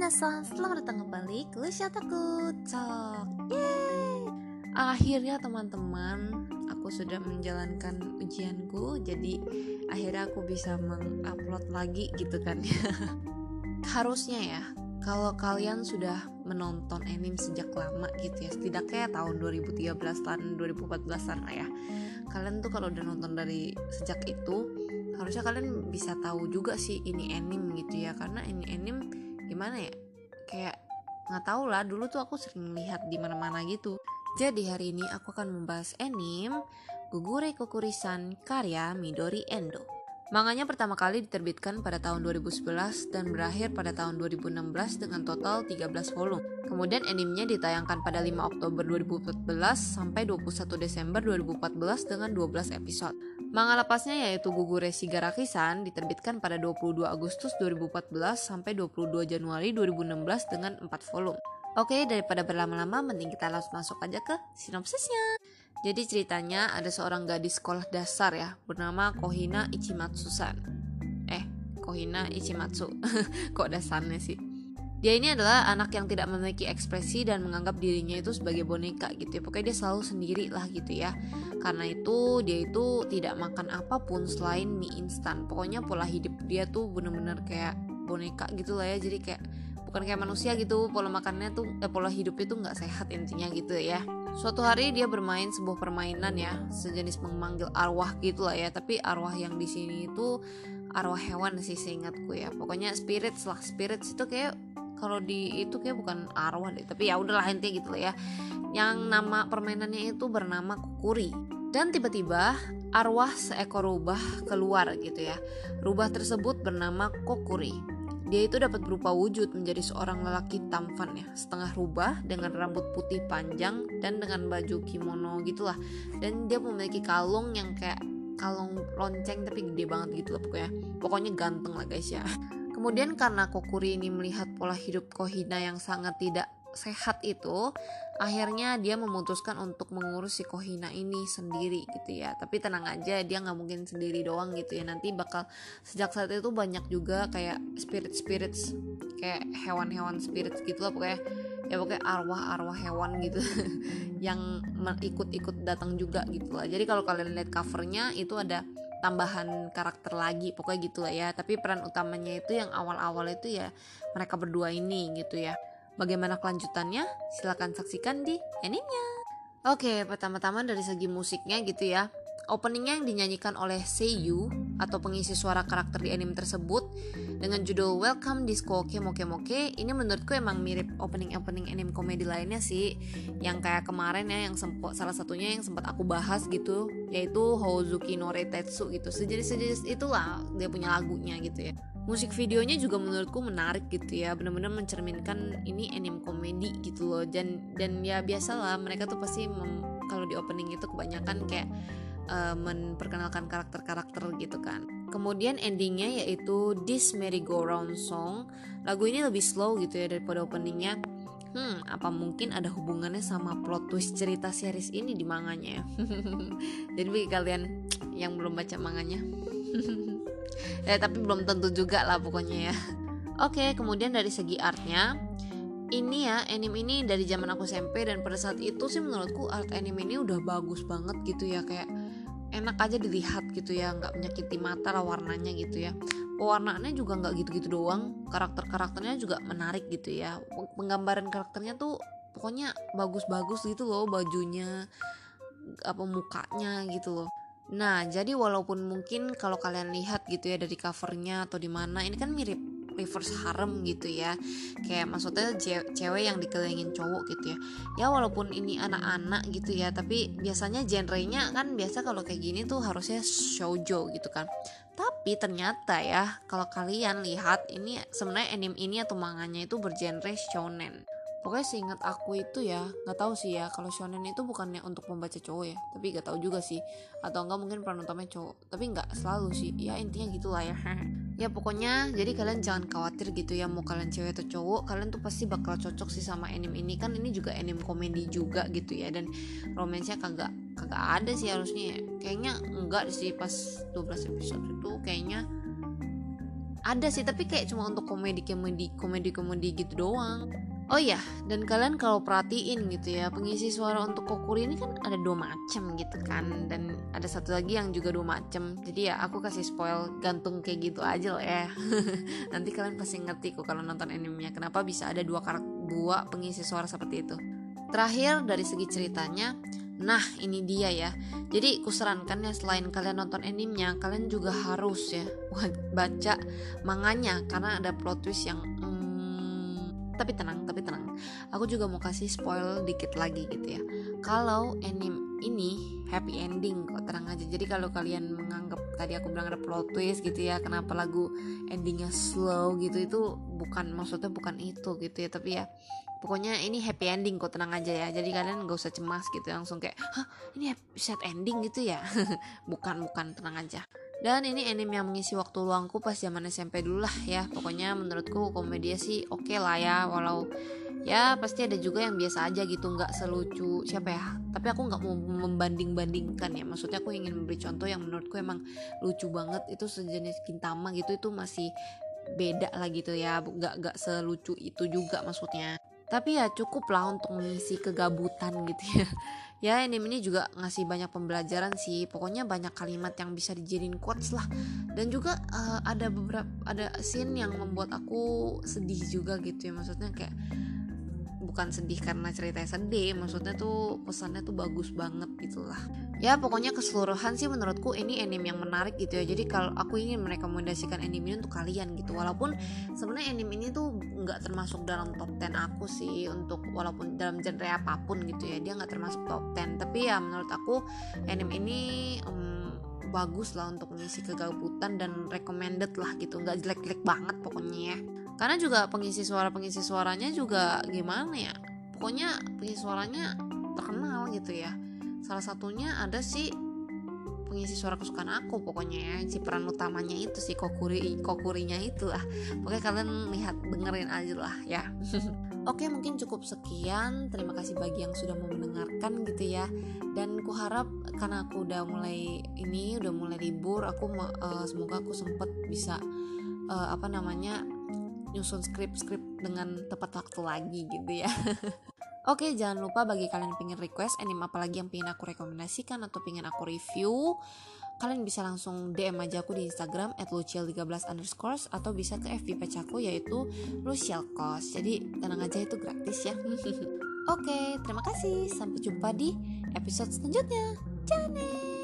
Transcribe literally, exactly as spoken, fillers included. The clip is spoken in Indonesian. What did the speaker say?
minasan, selamat datang kembali ke Lusyataku Talk. Yeay! Akhirnya teman-teman, aku sudah menjalankan ujianku. Jadi akhirnya aku bisa mengupload lagi gitu kan. Harusnya ya, kalau kalian sudah menonton anime sejak lama gitu ya, setidaknya tahun dua ribu tiga belasan, dua ribu empat belasan lah ya. Kalian tuh kalau udah nonton dari sejak itu, harusnya kalian bisa tahu juga sih ini anime gitu ya. Karena ini anime gimana ya, kayak nggak tahu lah, dulu tuh aku sering lihat di mana-mana gitu. Jadi hari ini aku akan membahas anime Gugure Kokurisan karya Midori Endo. Manganya pertama kali diterbitkan pada tahun dua ribu sebelas dan berakhir pada tahun dua ribu enam belas dengan total tiga belas volume. Kemudian animenya ditayangkan pada lima Oktober dua ribu empat belas sampai dua puluh satu Desember dua ribu empat belas dengan dua belas episode. Manga lepasnya yaitu Gugure Shigaraki-san diterbitkan pada dua puluh dua Agustus dua ribu empat belas sampai dua puluh dua Januari dua ribu enam belas dengan empat volume. Oke, daripada berlama-lama, mending kita langsung masuk aja ke sinopsisnya. Jadi ceritanya ada seorang gadis sekolah dasar ya, bernama Kohina Ichimatsu-san. Eh, Kohina Ichimatsu. Kok dasarnya sih? Dia ini adalah anak yang tidak memiliki ekspresi dan menganggap dirinya itu sebagai boneka gitu ya. Pokoknya dia selalu sendiri lah gitu ya. Karena itu dia itu tidak makan apapun selain mie instan. Pokoknya pola hidup dia tuh bener-bener kayak boneka gitu lah ya. Jadi kayak bukan kayak manusia gitu, pola makannya tuh eh, pola hidupnya tuh nggak sehat intinya gitu ya. Suatu hari dia bermain sebuah permainan ya, sejenis memanggil arwah gitu lah ya. Tapi arwah yang di sini itu arwah hewan sih seingatku ya. Pokoknya spirits lah, spirits itu kayak kalau di itu kayak bukan arwah deh. Tapi ya udahlah intinya gitu lah ya. Yang nama permainannya itu bernama Kokuri. Dan tiba-tiba arwah seekor rubah keluar gitu ya. Rubah tersebut bernama Kokuri. Dia itu dapat berupa wujud menjadi seorang lelaki tampan ya, setengah rubah dengan rambut putih panjang dan dengan baju kimono gitulah. Dan dia memiliki kalung yang kayak kalung lonceng tapi gede banget gitu lah pokoknya. Pokoknya ganteng lah guys ya. Kemudian karena Kokuri ini melihat pola hidup Kohina yang sangat tidak sehat itu, akhirnya dia memutuskan untuk mengurus si Kohina ini sendiri gitu ya. Tapi tenang aja, dia nggak mungkin sendiri doang gitu ya. Nanti bakal sejak saat itu banyak juga kayak spirit-spirit, kayak hewan-hewan spirit gitu lah pokoknya. Ya pokoknya arwah-arwah hewan gitu yang ikut-ikut datang juga gitu lah. Jadi kalau kalian lihat covernya itu ada tambahan karakter lagi pokoknya gitu lah ya. Tapi peran utamanya itu yang awal-awal itu ya mereka berdua ini gitu ya. Bagaimana kelanjutannya? Silahkan saksikan di animenya. Oke, pertama-tama dari segi musiknya gitu ya. Openingnya yang dinyanyikan oleh Seiyu atau pengisi suara karakter di anime tersebut dengan judul Welcome Disco Kemoke Moke. Ini menurutku emang mirip opening-opening anime komedi lainnya sih, yang kayak kemarin ya, yang sempat salah satunya yang sempat aku bahas gitu, yaitu Hozuki no Reitetsu gitu. Sejenis-sejenis itulah dia punya lagunya gitu ya. Musik videonya juga menurutku menarik gitu ya, benar-benar mencerminkan ini anime komedi gitu loh. Dan dan ya biasalah mereka tuh pasti mem, kalau di opening itu kebanyakan kayak uh, memperkenalkan karakter-karakter gitu kan. Kemudian endingnya yaitu This Merry Go Round Song. Lagu ini lebih slow gitu ya daripada openingnya. Hmm, apa mungkin ada hubungannya sama plot twist cerita series ini di manganya ya? Jadi bagi kalian yang belum baca manganya ya tapi belum tentu juga lah pokoknya ya. Oke, kemudian dari segi artnya, ini ya anime ini dari zaman aku S M P, dan pada saat itu sih menurutku art anime ini udah bagus banget gitu ya, kayak enak aja dilihat gitu ya, nggak menyakiti mata lah warnanya gitu ya. Pewarnaannya juga nggak gitu-gitu doang, karakter-karakternya juga menarik gitu ya. Penggambaran karakternya tuh pokoknya bagus-bagus gitu loh, bajunya apa mukanya gitu loh. Nah, jadi walaupun mungkin kalau kalian lihat gitu ya dari covernya atau di mana, ini kan mirip reverse harem gitu ya. Kayak maksudnya ce- cewek yang dikelilingin cowok gitu ya. Ya walaupun ini anak-anak gitu ya, tapi biasanya genrenya kan biasa kalau kayak gini tuh harusnya shoujo gitu kan. Tapi ternyata ya kalau kalian lihat ini sebenarnya anime ini atau manganya itu bergenre shonen. Pokoknya seingat aku itu ya, nggak tahu sih ya kalau shonen itu bukannya untuk membaca cowok ya, tapi nggak tahu juga sih, atau enggak mungkin peran utamanya cowok, tapi nggak selalu sih ya, intinya gitulah ya. Ya pokoknya jadi kalian jangan khawatir gitu ya, mau kalian cewek atau cowok, kalian tuh pasti bakal cocok sih sama anime ini. Kan ini juga anime komedi juga gitu ya, dan romansnya kagak kagak ada sih harusnya ya. Kayaknya enggak sih, pas dua belas episode itu kayaknya Ada sih, tapi kayak cuma untuk komedi-komedi komedi-komedi gitu doang. Oh iya, dan kalian kalau perhatiin gitu ya, pengisi suara untuk Kokuri ini kan ada dua macam gitu kan, dan ada satu lagi yang juga dua macam. Jadi ya aku kasih spoil gantung kayak gitu aja lah ya. Nanti kalian pasti ngerti kok kalau nonton animenya kenapa bisa ada dua karakter, dua pengisi suara seperti itu. Terakhir dari segi ceritanya, nah ini dia ya. Jadi kusarankan ya, selain kalian nonton animenya, kalian juga harus ya baca manganya karena ada plot twist yang hmm, tapi tenang, tapi tenang. Aku juga mau kasih spoil dikit lagi gitu ya. Kalau anime ini happy ending kok, tenang aja. Jadi kalau kalian menganggap tadi aku bilang ada plot twist gitu ya, kenapa lagu endingnya slow gitu, itu bukan, maksudnya bukan itu gitu ya. Tapi ya pokoknya ini happy ending kok, tenang aja ya. Jadi kalian gak usah cemas gitu langsung kayak, hah ini sad ending gitu ya. Bukan, bukan, tenang aja. Dan ini anime yang mengisi waktu luangku pas zaman S M P dulu lah ya. Pokoknya menurutku komedi sih oke okay lah ya. Walau ya pasti ada juga yang biasa aja gitu, gak selucu siapa ya. Tapi aku gak mau membanding-bandingkan ya. Maksudnya aku ingin memberi contoh yang menurutku emang lucu banget. Itu sejenis Gintama gitu, itu masih beda lah gitu ya. Gak, gak selucu itu juga maksudnya. Tapi ya cukup lah untuk mengisi kegabutan gitu ya. Ya anime ini juga ngasih banyak pembelajaran sih. Pokoknya banyak kalimat yang bisa dijadiin quotes lah. Dan juga uh, ada beberapa ada scene yang membuat aku sedih juga gitu ya. Maksudnya kayak bukan sedih karena ceritanya sedih, maksudnya tuh pesannya tuh bagus banget gitu lah. Ya pokoknya keseluruhan sih menurutku ini anime yang menarik gitu ya. Jadi kalau aku ingin merekomendasikan anime ini untuk kalian gitu. Walaupun sebenarnya anime ini tuh nggak termasuk dalam top sepuluh aku sih, untuk walaupun dalam genre apapun gitu ya, dia nggak termasuk top sepuluh. Tapi ya menurut aku anime ini um, bagus lah untuk mengisi kegabutan dan recommended lah gitu, nggak jelek-jelek banget pokoknya ya. Karena juga pengisi suara-pengisi suaranya juga gimana ya, pokoknya pengisi suaranya terkenal gitu ya. Salah satunya ada sih pengisi suara kesukaan aku pokoknya ya, si peran utamanya itu si Kokuri, Kokurinya itu lah. Pokoknya kalian lihat, dengerin aja lah ya. Oke, mungkin cukup sekian. Terima kasih bagi yang sudah mau mendengarkan gitu ya. Dan ku harap karena aku udah mulai ini, udah mulai libur, aku uh, semoga aku sempet bisa uh, apa namanya nyusun skrip-skrip dengan tepat waktu lagi gitu ya. Oke, jangan lupa bagi kalian yang pengen request anime apa lagi yang pengen aku rekomendasikan atau pengen aku review, kalian bisa langsung D M aja aku di Instagram at luciel tiga belas underscore atau bisa ke F B page aku yaitu lucielkos. Jadi tenang aja, itu gratis ya. Oke, terima kasih. Sampai jumpa di episode selanjutnya. Ciao.